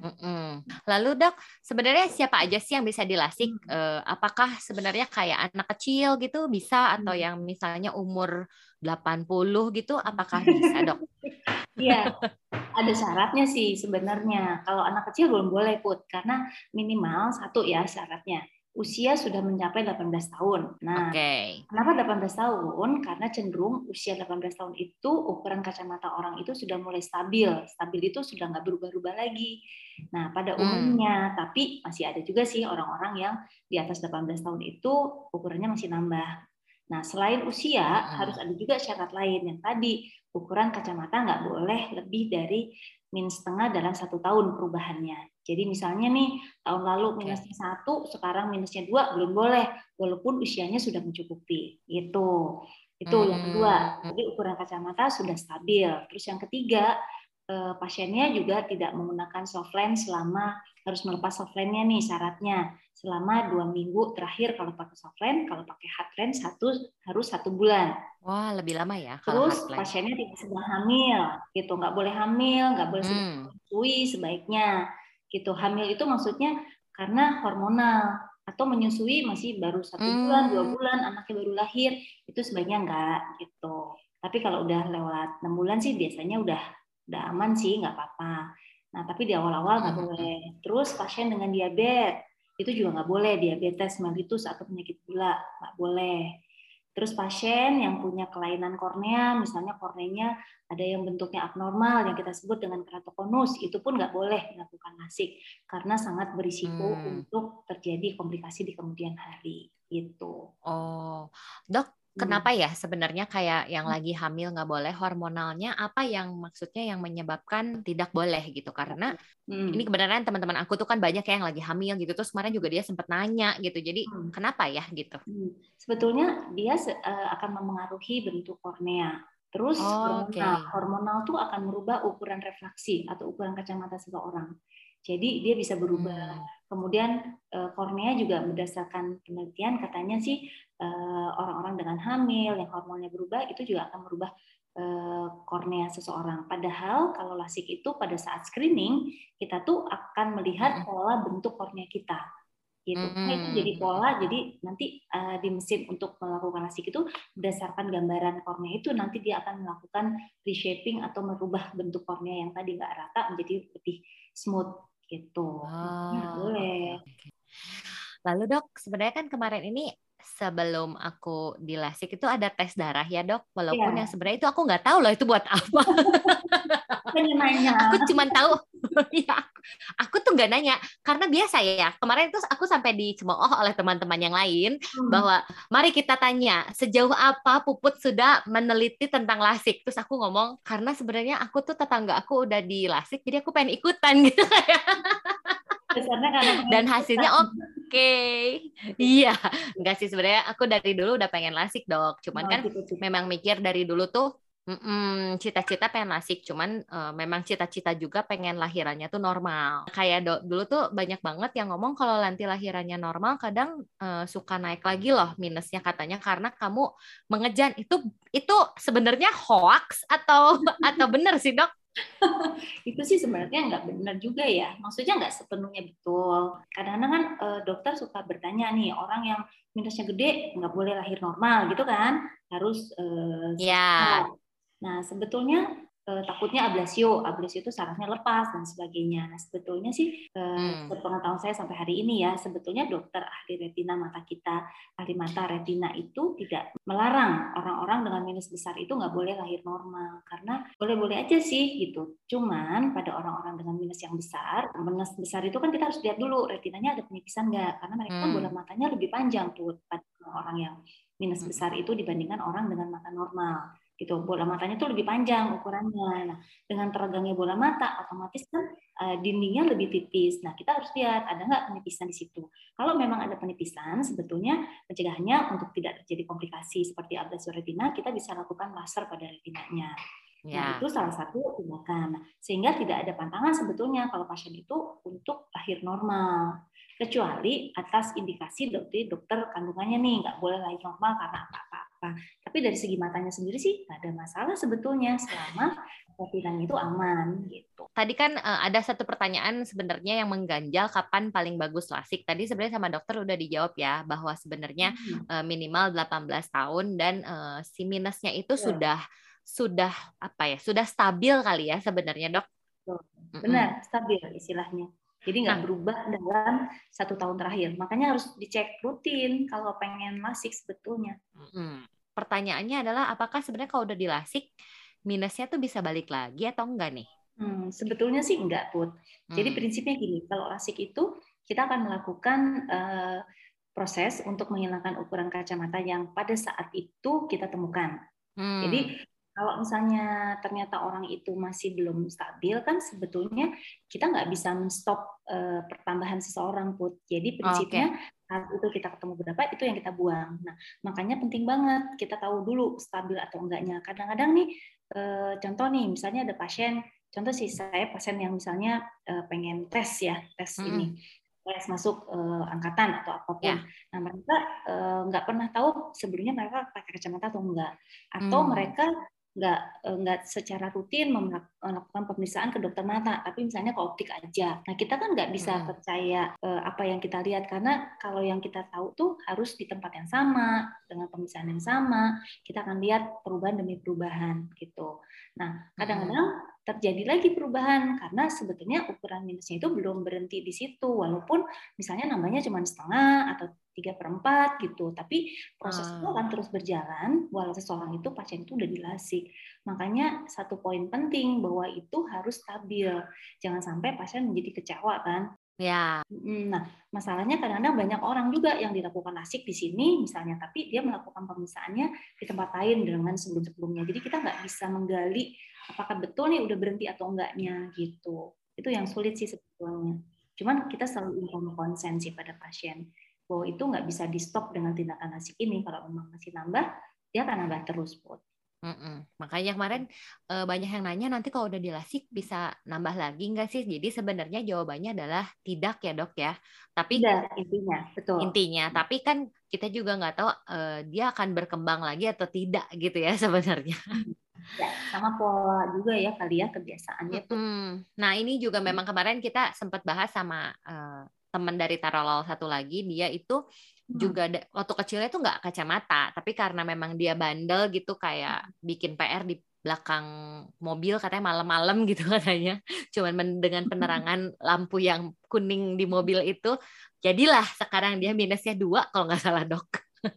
Lalu, Dok, sebenarnya siapa aja sih yang bisa dilasik? Apakah sebenarnya kayak anak kecil gitu bisa atau yang misalnya umur 80 gitu, apakah bisa, Dok? Iya, ada syaratnya sih sebenarnya. Kalau anak kecil belum boleh, Put, karena minimal satu ya syaratnya. Usia sudah mencapai 18 tahun. Nah, kenapa 18 tahun? Karena cenderung usia 18 tahun itu ukuran kacamata orang itu sudah mulai stabil. Stabil itu sudah nggak berubah-ubah lagi. Nah, pada umumnya, tapi masih ada juga sih orang-orang yang di atas 18 tahun itu ukurannya masih nambah. Nah, selain usia, harus ada juga syarat lain yang tadi, ukuran kacamata nggak boleh lebih dari -1,5 dalam 1 tahun perubahannya. Jadi misalnya nih, tahun lalu minusnya 1, sekarang minusnya 2, belum boleh, walaupun usianya sudah mencukupi. Gitu. Itu yang kedua, jadi ukuran kacamata sudah stabil. Terus yang ketiga, pasiennya juga tidak menggunakan softline selama harus melepas softline-nya nih syaratnya selama 2 minggu terakhir kalau pakai softline, kalau pakai hardline harus 1 bulan. Wah, lebih lama ya kalau terus hardline. Pasiennya tidak sedang hamil, gitu, nggak boleh hamil, nggak boleh sedang menyusui sebaiknya, gitu. Hamil itu maksudnya karena hormonal atau menyusui masih baru 1 bulan, 2 bulan, anaknya baru lahir, itu sebaiknya enggak, gitu. Tapi kalau udah lewat 6 bulan sih biasanya udah aman sih, nggak apa-apa. Nah, tapi di awal-awal nggak boleh. Terus pasien dengan diabetes, itu juga nggak boleh, diabetes mellitus atau penyakit gula, nggak boleh. Terus pasien yang punya kelainan kornea, misalnya korneanya ada yang bentuknya abnormal, yang kita sebut dengan keratokonus, itu pun nggak boleh dilakukan LASIK, karena sangat berisiko untuk terjadi komplikasi di kemudian hari. Gitu. Oh, Dok, kenapa ya sebenarnya kayak yang lagi hamil nggak boleh hormonalnya, apa yang maksudnya yang menyebabkan tidak boleh gitu? Karena ini kebenaran teman-teman aku tuh kan banyak yang lagi hamil gitu, terus kemarin juga dia sempat nanya gitu, jadi kenapa ya gitu? Sebetulnya dia akan memengaruhi bentuk kornea. Terus hormonal tuh akan merubah ukuran refraksi atau ukuran kacamata seseorang. Jadi dia bisa berubah. Kemudian kornea juga berdasarkan penelitian katanya sih orang-orang dengan hamil yang hormonnya berubah itu juga akan merubah kornea seseorang. Padahal kalau lasik itu pada saat screening kita tuh akan melihat pola bentuk kornea kita. Gitu. Nah, itu jadi pola, jadi nanti di mesin untuk melakukan lasik itu berdasarkan gambaran kornea itu nanti dia akan melakukan reshaping atau merubah bentuk kornea yang tadi nggak rata menjadi lebih smooth gitu. Boleh. Okay. Lalu dok, sebenarnya kan kemarin ini sebelum aku di lasik itu ada tes darah ya dok, walaupun yang sebenarnya itu aku nggak tahu loh itu buat apa. Aku cuma tahu, ya, aku tuh nggak nanya karena biasa ya. Kemarin itu aku sampai dicemooh oleh teman-teman yang lain bahwa mari kita tanya sejauh apa Puput sudah meneliti tentang lasik. Terus aku ngomong karena sebenarnya aku tuh tetangga aku udah di lasik, jadi aku pengen ikutan gitu kayak. Dan hasilnya oke. Iya, enggak sih sebenarnya aku dari dulu udah pengen lasik dok. Cuman kan memang mikir dari dulu tuh cita-cita pengen lasik, cuman memang cita-cita juga pengen lahirannya tuh normal. Kayak dulu tuh banyak banget yang ngomong kalau nanti lahirannya normal kadang suka naik lagi loh minusnya katanya karena kamu mengejan. Itu sebenarnya hoax atau benar sih dok? Itu sih sebenarnya nggak benar juga ya, maksudnya nggak sepenuhnya betul. Kadang-kadang kan dokter suka bertanya nih, orang yang minusnya gede nggak boleh lahir normal gitu kan, harus Nah, sebetulnya takutnya ablasio itu sarafnya lepas dan sebagainya. Nah, sebetulnya sih sepengetahuan saya sampai hari ini ya, sebetulnya dokter ahli retina mata kita, ahli mata retina itu tidak melarang orang-orang dengan minus besar itu nggak boleh lahir normal, karena boleh-boleh aja sih gitu. Cuman pada orang-orang dengan minus yang besar, minus besar itu kan kita harus lihat dulu retinanya ada penipisan nggak, karena mereka bola matanya lebih panjang tuh pada orang yang minus besar itu dibandingkan orang dengan mata normal. Gitu, bola matanya tuh lebih panjang ukurannya. Nah, dengan teregangnya bola mata, otomatis kan dindingnya lebih tipis. Nah, kita harus lihat ada nggak penipisan di situ. Kalau memang ada penipisan, sebetulnya pencegahannya untuk tidak terjadi komplikasi seperti ablasio retina, kita bisa lakukan laser pada retinanya. Nah, itu salah satu tindakan. Sehingga tidak ada pantangan sebetulnya kalau pasien itu untuk lahir normal. Kecuali atas indikasi dokter kandungannya nih, nggak boleh lahir normal karena apa-apa. Tapi dari segi matanya sendiri sih nggak ada masalah sebetulnya selama retinanya itu aman gitu. Tadi kan ada satu pertanyaan sebenarnya yang mengganjal kapan paling bagus lasik. Tadi sebenarnya sama dokter udah dijawab ya bahwa sebenarnya minimal 18 tahun dan si minusnya itu sudah apa ya? Sudah stabil kali ya sebenarnya, Dok. Benar, stabil istilahnya. Jadi nggak berubah dalam 1 tahun terakhir. Makanya harus dicek rutin kalau pengen lasik sebetulnya. Pertanyaannya adalah apakah sebenarnya kalau udah dilasik minusnya tuh bisa balik lagi atau enggak nih? Sebetulnya sih enggak, Put. Jadi prinsipnya gini, kalau lasik itu kita akan melakukan proses untuk menghilangkan ukuran kacamata yang pada saat itu kita temukan. Jadi kalau misalnya ternyata orang itu masih belum stabil, kan sebetulnya kita nggak bisa men-stop pertambahan seseorang, Put. Jadi prinsipnya saat itu kita ketemu berapa, itu yang kita buang. Nah, makanya penting banget kita tahu dulu stabil atau enggaknya. Kadang-kadang nih, contoh nih, misalnya ada pasien, contoh sih saya pasien yang misalnya pengen tes ini, tes masuk angkatan atau apapun. Nah, mereka nggak pernah tahu sebelumnya mereka pakai kacamata atau enggak, atau mereka nggak secara rutin melakukan pemeriksaan ke dokter mata, tapi misalnya ke optik aja. Nah, kita kan nggak bisa percaya apa yang kita lihat, karena kalau yang kita tahu tuh harus di tempat yang sama, dengan pemeriksaan yang sama, kita akan lihat perubahan demi perubahan gitu. Nah, kadang-kadang terjadi lagi perubahan karena sebetulnya ukuran minusnya itu belum berhenti di situ, walaupun misalnya nambahnya cuma setengah atau 3/4 gitu, tapi proses itu akan terus berjalan walau seseorang itu pasien itu udah dilasik. Makanya satu poin penting bahwa itu harus stabil, jangan sampai pasien menjadi kecewa kan. Nah, masalahnya kadang-kadang banyak orang juga yang dilakukan lasik di sini misalnya, tapi dia melakukan pemeriksaannya di tempat lain dengan sebelum-sebelumnya. Jadi kita nggak bisa menggali apakah betul nih udah berhenti atau enggaknya gitu. Itu yang sulit sih sebetulnya. Cuman kita selalu inform konsen sih pada pasien bahwa itu nggak bisa di stop dengan tindakan lasik ini. Kalau memang masih nambah, dia akan nambah terus, Put. Makanya kemarin banyak yang nanya nanti kalau udah dilasik bisa nambah lagi nggak sih? Jadi sebenarnya jawabannya adalah tidak ya dok ya. Tapi tidak, intinya betul. Intinya, tapi kan kita juga nggak tahu dia akan berkembang lagi atau tidak gitu ya sebenarnya. Ya, sama pola juga ya kali ya kebiasaannya tuh. Nah ini juga memang kemarin kita sempat bahas sama teman dari Tarolol satu lagi, dia itu juga waktu kecilnya tuh nggak kacamata, tapi karena memang dia bandel gitu kayak bikin PR di belakang mobil katanya malam-malam gitu katanya, cuman dengan penerangan lampu yang kuning di mobil itu, jadilah sekarang dia minusnya 2 kalau nggak salah dok.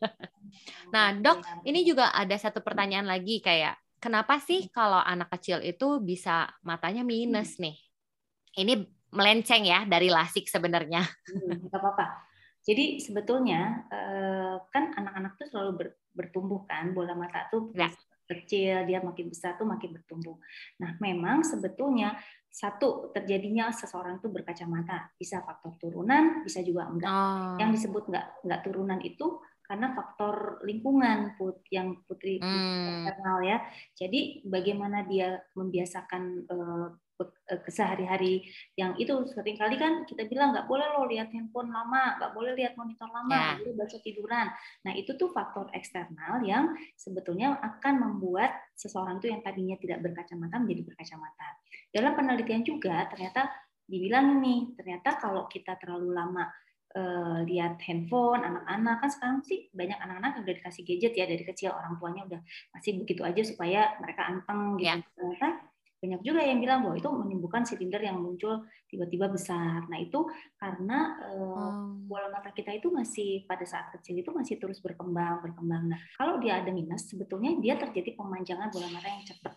Nah dok, ini juga ada satu pertanyaan lagi kayak, kenapa sih kalau anak kecil itu bisa matanya minus nih? Ini melenceng ya dari lasik sebenarnya. Nggak apa-apa. Jadi sebetulnya kan anak-anak tuh selalu bertumbuh kan, bola mata tuh kecil, dia makin besar tuh makin bertumbuh. Nah memang sebetulnya satu terjadinya seseorang tuh berkacamata bisa faktor turunan, bisa juga enggak. Yang disebut enggak turunan itu karena faktor lingkungan yang Putri eksternal ya. Jadi bagaimana dia membiasakan kesehari-hari yang itu seringkali kan kita bilang nggak boleh lo lihat handphone lama, nggak boleh lihat monitor lama, nggak boleh baca tiduran. Nah itu tuh faktor eksternal yang sebetulnya akan membuat seseorang tuh yang tadinya tidak berkacamata menjadi berkacamata. Dalam penelitian juga ternyata dibilang nih, ternyata kalau kita terlalu lama lihat handphone anak-anak, kan sekarang sih banyak anak-anak yang udah dikasih gadget ya dari kecil, orang tuanya udah masih begitu aja supaya mereka anteng gitu. Ternyata banyak juga yang bilang bahwa itu menimbulkan silinder yang muncul tiba-tiba besar. Nah itu karena bola mata kita itu masih pada saat kecil itu masih terus berkembang. Nah kalau dia ada minus, sebetulnya dia terjadi pemanjangan bola mata yang cepat.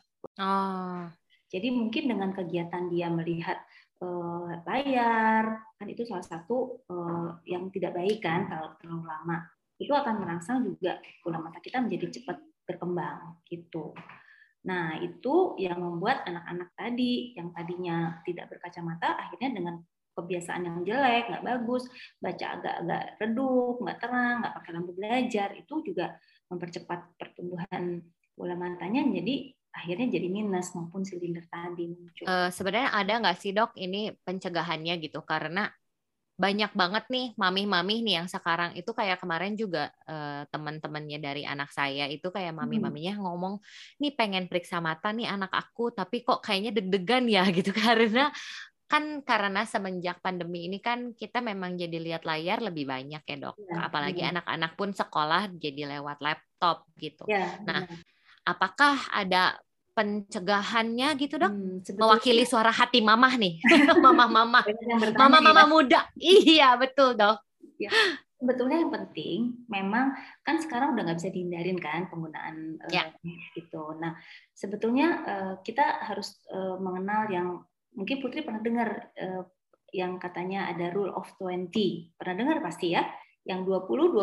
Jadi mungkin dengan kegiatan dia melihat layar, kan itu salah satu yang tidak baik kan kalau terlalu lama. Itu akan merangsang juga bola mata kita menjadi cepat berkembang gitu. Nah, itu yang membuat anak-anak tadi yang tadinya tidak berkacamata akhirnya dengan kebiasaan yang jelek, nggak bagus, baca agak-agak redup, nggak terang, nggak pakai lampu belajar, itu juga mempercepat pertumbuhan bola matanya, jadi akhirnya jadi minus maupun silinder tadi muncul. Sebenarnya ada nggak sih dok ini pencegahannya gitu? Karena banyak banget nih mami-mami nih yang sekarang itu kayak kemarin juga teman-temannya dari anak saya itu kayak mami-maminya ngomong nih pengen periksa mata nih anak aku tapi kok kayaknya deg-degan ya gitu karena semenjak pandemi ini kan kita memang jadi lihat layar lebih banyak ya dok, apalagi anak-anak pun sekolah jadi lewat laptop gitu. Nah, apakah ada pencegahannya gitu dok? Mewakili suara hati mamah nih, mama muda. Iya betul dok. Ya. Sebetulnya yang penting memang kan sekarang udah nggak bisa dihindarin kan penggunaan gitu. Nah sebetulnya kita harus mengenal yang mungkin Putri pernah dengar yang katanya ada rule of 20. Pernah dengar pasti ya? Yang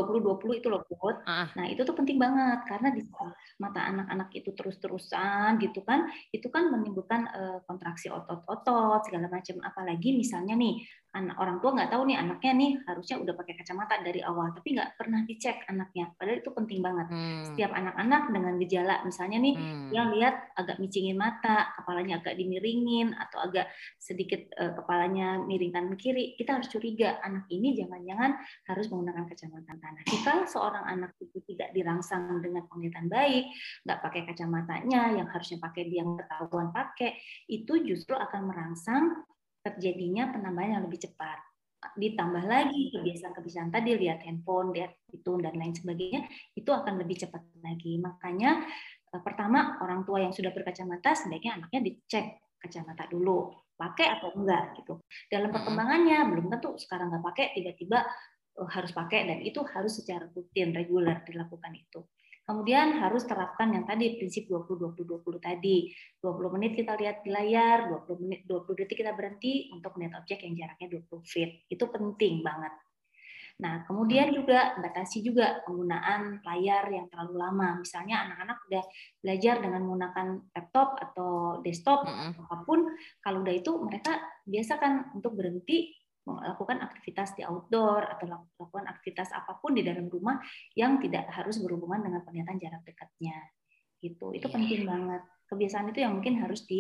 20 itu loh Put. Nah, itu tuh penting banget karena di mata anak-anak itu terus-terusan gitu kan, itu kan menimbulkan kontraksi otot-otot segala macam, apalagi misalnya nih orang tua nggak tahu nih anaknya nih harusnya udah pakai kacamata dari awal tapi nggak pernah dicek anaknya, padahal itu penting banget. Setiap anak-anak dengan gejala misalnya nih yang lihat agak micingin mata, kepalanya agak dimiringin atau agak sedikit kepalanya miring kanan kiri, kita harus curiga anak ini jangan-jangan harus menggunakan kacamata tanah. Jika seorang anak itu tidak dirangsang dengan penglihatan baik, nggak pakai kacamatanya yang harusnya pakai dia ketahuan pakai, itu justru akan merangsang terjadinya penambahan yang lebih cepat. Ditambah lagi kebiasaan-kebiasaan tadi, lihat handphone, lihat itu dan lain sebagainya, itu akan lebih cepat lagi. Makanya pertama orang tua yang sudah berkacamata sebaiknya anaknya dicek kacamata dulu, pakai atau enggak gitu. Dalam perkembangannya belum tentu sekarang nggak pakai tiba-tiba harus pakai, dan itu harus secara rutin reguler dilakukan itu. Kemudian harus terapkan yang tadi prinsip 20-20-20 tadi. 20 menit kita lihat di layar, 20 detik kita berhenti untuk melihat objek yang jaraknya 20 feet. Itu penting banget. Nah, kemudian juga batasi juga penggunaan layar yang terlalu lama. Misalnya anak-anak udah belajar dengan menggunakan laptop atau desktop apapun, kalau udah itu mereka biasakan untuk berhenti melakukan aktivitas di outdoor atau melakukan aktivitas apapun di dalam rumah yang tidak harus berhubungan dengan penglihatan jarak dekatnya. Gitu. Itu penting banget. Kebiasaan itu yang mungkin harus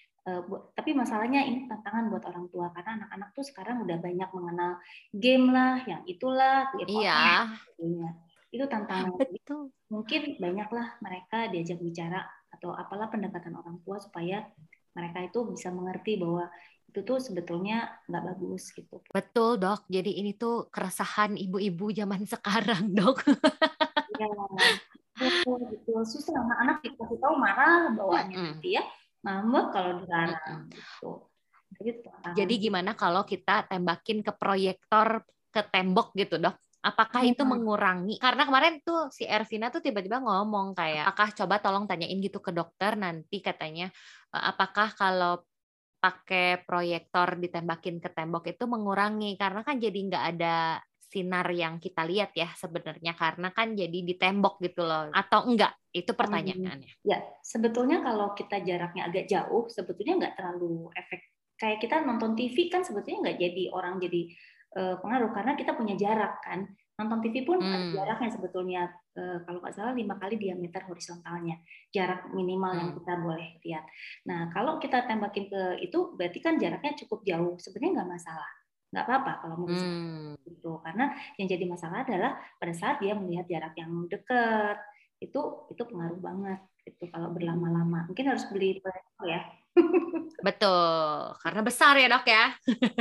tapi masalahnya ini tantangan buat orang tua karena anak-anak tuh sekarang udah banyak mengenal game lah, yang itulah, itu tantangan. Betul. Mungkin banyaklah mereka diajak bicara atau atau apalah pendekatan orang tua supaya mereka itu bisa mengerti bahwa itu tuh sebetulnya nggak bagus gitu. Betul, Dok. Jadi ini tuh keresahan ibu-ibu zaman sekarang, Dok. Iya, betul. Susah anak-anak dikasih tahu marah bawaannya nanti ya, ngambek kalau dilarang gitu. Jadi gimana kalau kita tembakin ke proyektor, ke tembok gitu, Dok? Apakah itu mengurangi? Karena kemarin tuh si Ervina tuh tiba-tiba ngomong kayak, apakah coba tolong tanyain gitu ke dokter nanti katanya, apakah kalau pakai proyektor ditembakin ke tembok itu mengurangi? Karena kan jadi nggak ada sinar yang kita lihat ya sebenarnya, karena kan jadi di tembok gitu loh. Atau enggak? Itu pertanyaannya. Ya, sebetulnya kalau kita jaraknya agak jauh, sebetulnya nggak terlalu efek. Kayak kita nonton TV kan sebetulnya nggak jadi orang jadi pengaruh karena kita punya jarak kan. Nonton TV pun ada jaraknya sebetulnya, kalau nggak salah 5 kali diameter horizontalnya, jarak minimal yang kita boleh lihat. Nah, kalau kita tembakin ke itu berarti kan jaraknya cukup jauh, sebenarnya nggak masalah, nggak apa-apa kalau menurut saya gitu. Karena yang jadi masalah adalah pada saat dia melihat jarak yang dekat, itu pengaruh banget itu kalau berlama-lama. Mungkin harus beli proyektor ya. Betul, karena besar ya, Dok ya.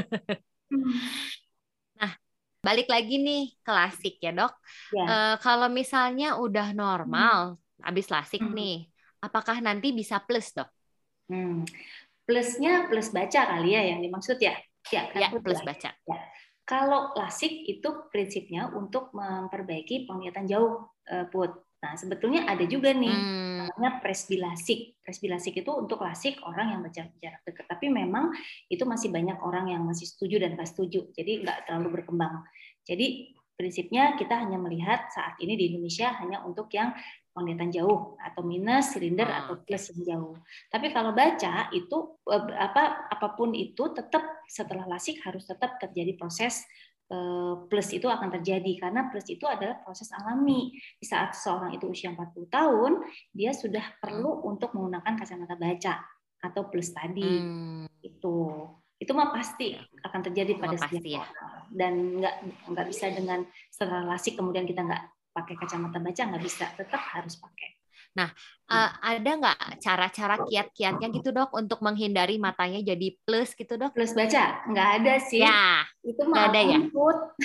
Nah, balik lagi nih klasik ya, Dok. Ya. Kalau misalnya udah normal, habis lasik nih, apakah nanti bisa plus, Dok? Plusnya plus baca kali ya yang dimaksud ya? Ya, plus baca. Ya. Kalau lasik itu prinsipnya untuk memperbaiki penglihatan jauh, Put. Nah, sebetulnya ada juga nih namanya presbilasik. Presbilasik itu untuk lasik orang yang baca jarak dekat. Tapi memang itu masih banyak orang yang masih setuju dan nggak setuju. Jadi nggak terlalu berkembang. Jadi prinsipnya kita hanya melihat saat ini di Indonesia hanya untuk yang penglihatan jauh atau minus, silinder atau plus yang jauh. Tapi kalau baca itu apapun itu tetap setelah lasik harus tetap terjadi proses plus itu akan terjadi karena plus itu adalah proses alami. Di saat seorang itu usia 40 tahun, dia sudah perlu untuk menggunakan kacamata baca atau plus tadi. Itu mah pasti akan terjadi pada setiap orang. Dan nggak bisa dengan setelah lasik kemudian kita nggak pakai kacamata baca, nggak bisa, tetap harus pakai. Nah, ada nggak cara-cara kiat-kiatnya gitu, Dok, untuk menghindari matanya jadi plus gitu, Dok? Plus baca? Nggak ada sih. Ya, itu mah input.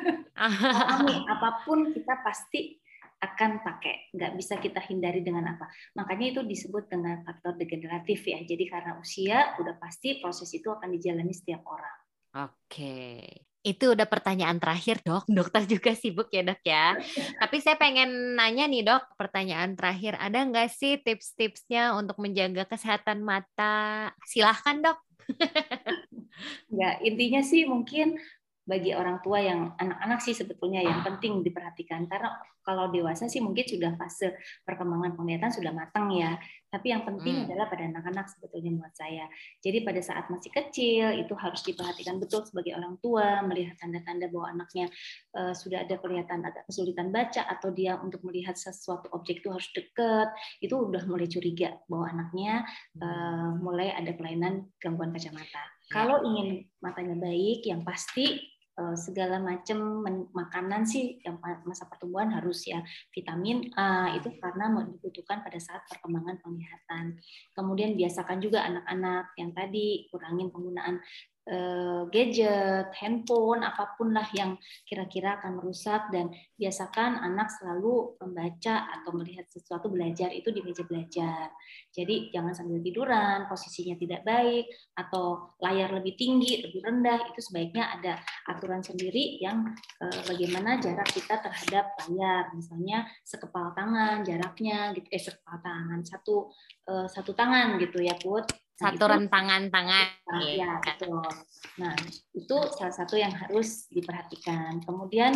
Apapun kita pasti akan pakai. Nggak bisa kita hindari dengan apa. Makanya itu disebut dengan faktor degeneratif ya. Jadi karena usia, udah pasti proses itu akan dijalani setiap orang. Oke. Itu udah pertanyaan terakhir, Dok. Dokter juga sibuk ya, Dok ya. Tapi saya pengen nanya nih, Dok, pertanyaan terakhir. Ada nggak sih tips-tipsnya untuk menjaga kesehatan mata? Silahkan, Dok. Ya, intinya sih mungkin bagi orang tua yang anak-anak sih sebetulnya yang penting diperhatikan. Karena kalau dewasa sih mungkin sudah fase perkembangan penglihatan sudah matang ya. Tapi yang penting adalah pada anak-anak sebetulnya menurut saya. Jadi pada saat masih kecil itu harus diperhatikan betul sebagai orang tua, melihat tanda-tanda bahwa anaknya sudah ada kelihatan agak kesulitan baca atau dia untuk melihat sesuatu objek itu harus dekat, itu udah mulai curiga bahwa anaknya mulai ada kelainan gangguan kacamata. Kalau ingin matanya baik, yang pasti segala macam makanan sih yang masa pertumbuhan harus ya, vitamin A itu karena dibutuhkan pada saat perkembangan penglihatan. Kemudian biasakan juga anak-anak yang tadi kurangin penggunaan gadget, handphone, apapun lah yang kira-kira akan merusak, dan biasakan anak selalu membaca atau melihat sesuatu belajar itu di meja belajar. Jadi jangan sambil tiduran, posisinya tidak baik, atau layar lebih tinggi, lebih rendah, itu sebaiknya ada aturan sendiri yang bagaimana jarak kita terhadap layar, misalnya sekepal tangan jaraknya gitu, sekepal tangan, satu tangan gitu ya, Put. Satu rentangan tangan. Ya, betul. Nah, itu salah satu yang harus diperhatikan. Kemudian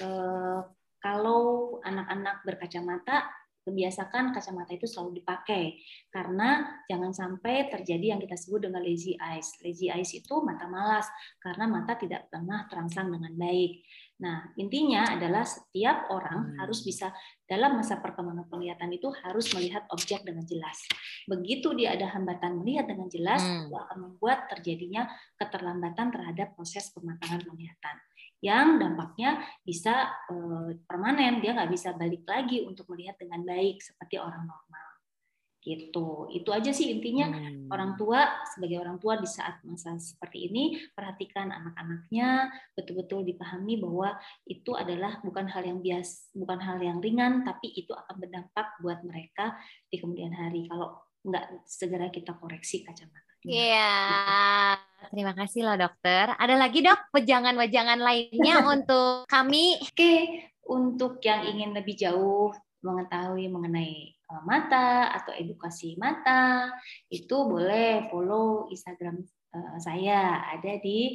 kalau anak-anak berkacamata, kebiasakan kacamata itu selalu dipakai karena jangan sampai terjadi yang kita sebut dengan lazy eyes. Lazy eyes itu mata malas karena mata tidak pernah terangsang dengan baik. Nah, intinya adalah setiap orang harus bisa dalam masa perkembangan penglihatan itu harus melihat objek dengan jelas. Begitu dia ada hambatan melihat dengan jelas, itu akan membuat terjadinya keterlambatan terhadap proses pematangan penglihatan. Yang dampaknya bisa permanen, dia nggak bisa balik lagi untuk melihat dengan baik seperti orang normal. gitu. Itu aja sih intinya. Orang tua, sebagai orang tua di saat masa seperti ini, perhatikan anak-anaknya, betul-betul dipahami bahwa itu adalah bukan hal yang bukan hal yang ringan, tapi itu akan berdampak buat mereka di kemudian hari kalau nggak segera kita koreksi kacamatanya. Iya, terima kasih loh dokter. Ada lagi dok wejangan-wejangan lainnya untuk kami? Oke, untuk yang ingin lebih jauh mengetahui mengenai mata atau edukasi mata, itu boleh follow Instagram saya, ada di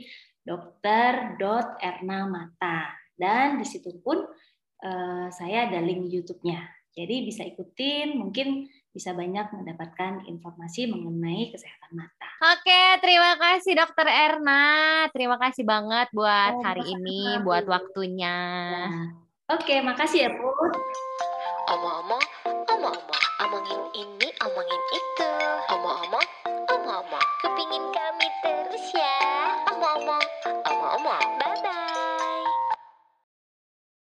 dokter.ernamata, dan di situ pun saya ada link YouTube-nya. Jadi bisa ikutin, mungkin bisa banyak mendapatkan informasi mengenai kesehatan mata. Oke, terima kasih Dokter Erna. Terima kasih banget buat hari ini, buat waktunya. Oke, makasih ya Put. Omong-omong, omongin ini, omongin itu. Omong-omong,